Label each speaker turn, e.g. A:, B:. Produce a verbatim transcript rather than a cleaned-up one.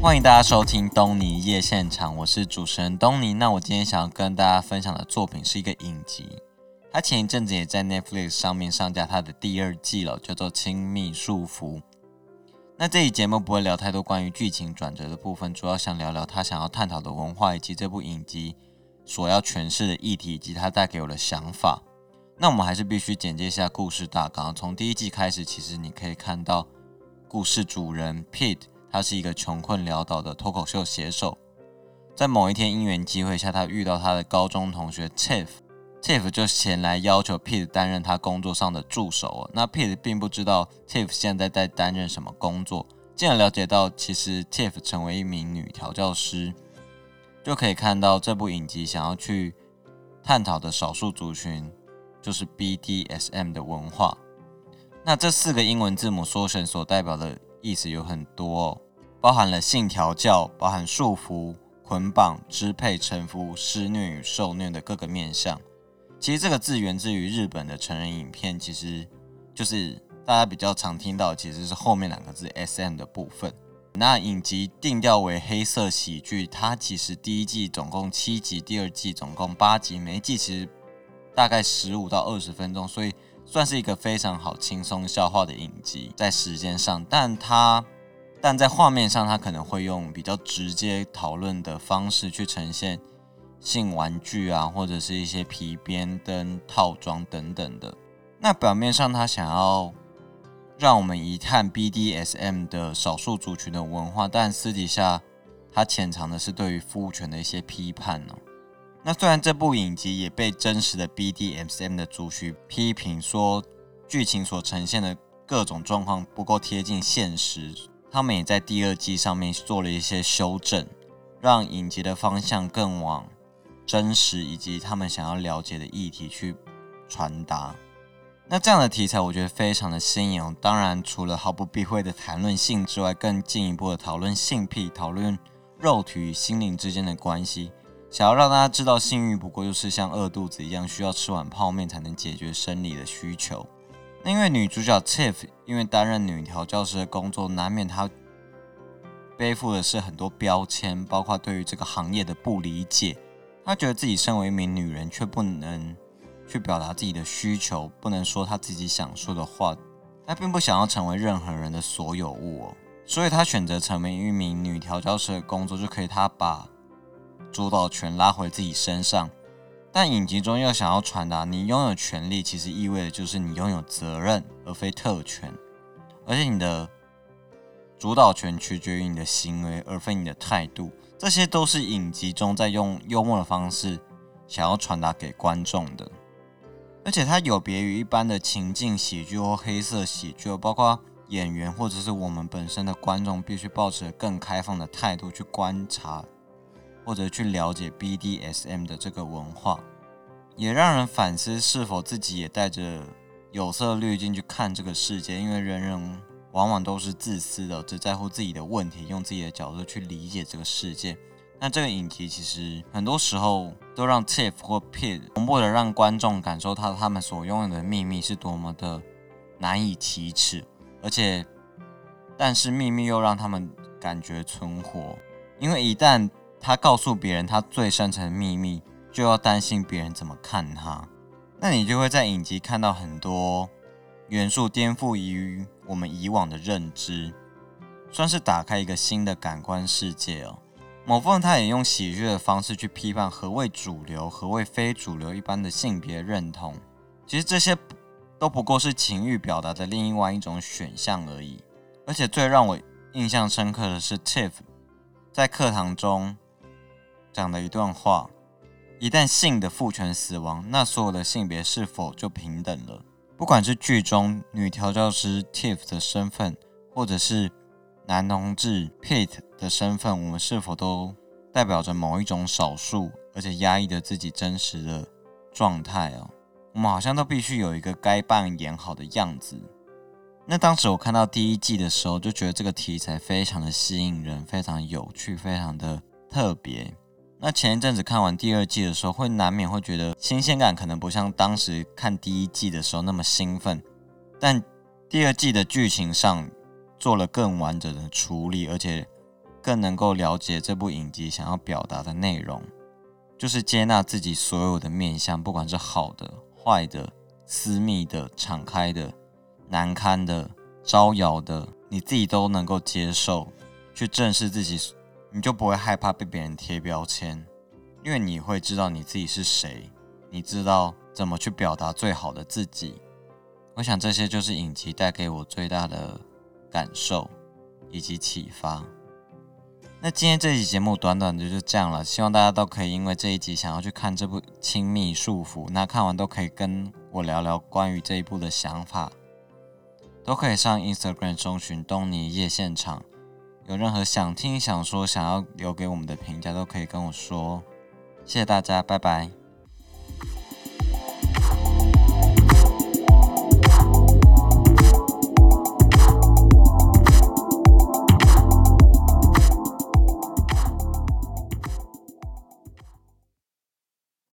A: 欢迎大家收听东尼夜现场，我是主持人东尼。那我今天想要跟大家分享的作品是一个影集，它前一阵子也在 Netflix 上面上架它的第二季了，叫做《亲密束缚》。那这期节目不会聊太多关于剧情转折的部分，主要想聊聊他想要探讨的文化以及这部影集所要诠释的议题以及它带给我的想法。那我们还是必须简介一下故事大纲。从第一季开始，其实你可以看到故事主人 Pete， 他是一个穷困潦倒的脱口秀写手。在某一天因缘机会下，他遇到他的高中同学 Tiff，Tiff 就前来要求 Pete 担任他工作上的助手。那 Pete 并不知道 Tiff 现在在担任什么工作，进而了解到其实 Tiff 成为一名女调教师，就可以看到这部影集想要去探讨的少数族群就是 B D S M 的文化。那这四个英文字母缩写所代表的意思有很多哦，包含了性调教，包含束缚、捆绑、支配、臣服、施虐与受虐的各个面向。其实这个字源自于日本的成人影片，其实就是大家比较常听到的其实是后面两个字 S M 的部分。那影集定调为黑色喜剧，它其实第一季总共七集，第二季总共八集，每一季其实大概十五到二十分钟，所以算是一个非常好轻松消化的影集在时间上，但它但在画面上它可能会用比较直接讨论的方式去呈现性玩具啊，或者是一些皮鞭灯套装等等的。那表面上它想要让我们一探 B D S M 的少数族群的文化，但私底下它潜藏的是对于父权的一些批判哦。那虽然这部影集也被真实的 B D S M 的族群批评说剧情所呈现的各种状况不够贴近现实，他们也在第二季上面做了一些修正，让影集的方向更往真实以及他们想要了解的议题去传达。那这样的题材我觉得非常的新颖哦。当然除了毫不避讳的谈论性之外，更进一步的讨论性癖，讨论肉体与心灵之间的关系，想要让大家知道性欲不过就是像饿肚子一样，需要吃碗泡面才能解决生理的需求。那因为女主角 Tiff 因为担任女调教师的工作，难免她背负的是很多标签，包括对于这个行业的不理解。她觉得自己身为一名女人，却不能去表达自己的需求，不能说她自己想说的话。她并不想要成为任何人的所有物哦，所以她选择成为一名女调教师的工作，就可以她把主导权拉回自己身上。但影集中又想要传达，你拥有权利其实意味的就是你拥有责任，而非特权。而且你的主导权取决于你的行为，而非你的态度。这些都是影集中在用幽默的方式想要传达给观众的。而且它有别于一般的情境喜剧或黑色喜剧，包括演员或者是我们本身的观众必须抱持更开放的态度去观察或者去了解 B D S M 的这个文化，也让人反思是否自己也带着有色滤镜去看这个世界。因为人人往往都是自私的，只在乎自己的问题，用自己的角度去理解这个世界。那这个影集其实很多时候都让 Tiff 或 Pete 同步的让观众感受到他们所拥有的秘密是多么的难以启齿，而且但是秘密又让他们感觉存活。因为一旦他告诉别人他最深层的秘密，就要担心别人怎么看他。那你就会在影集看到很多元素颠覆于我们以往的认知，算是打开一个新的感官世界哦。某部分他也用喜剧的方式去批判何谓主流、何谓非主流一般的性别认同。其实这些都不过是情欲表达的另外一种选项而已。而且最让我印象深刻的是 Tiff 在课堂中讲的一段话：一旦性的父权死亡，那所有的性别是否就平等了？不管是剧中女调教师 Tiff 的身份，或者是男同志 Pete 的身份，我们是否都代表着某一种少数，而且压抑着自己真实的状态哦？我们好像都必须有一个该扮演好的样子。那当时我看到第一季的时候，就觉得这个题材非常的吸引人，非常有趣，非常的特别。那前一阵子看完第二季的时候，会难免会觉得新鲜感可能不像当时看第一季的时候那么兴奋，但第二季的剧情上做了更完整的处理，而且更能够了解这部影集想要表达的内容，就是接纳自己所有的面向，不管是好的、坏的、私密的、敞开的、难堪的、招摇的，你自己都能够接受，去正视自己，你就不会害怕被别人贴标签，因为你会知道你自己是谁，你知道怎么去表达最好的自己。我想这些就是影集带给我最大的感受以及启发。那今天这一集节目短短的就这样了，希望大家都可以因为这一集想要去看这部《亲密束缚》，那看完都可以跟我聊聊关于这一部的想法，都可以上 Instagram 搜寻东尼夜现场，有任何想听想说想要留给我们的评价都可以跟我说。谢谢大家，拜拜。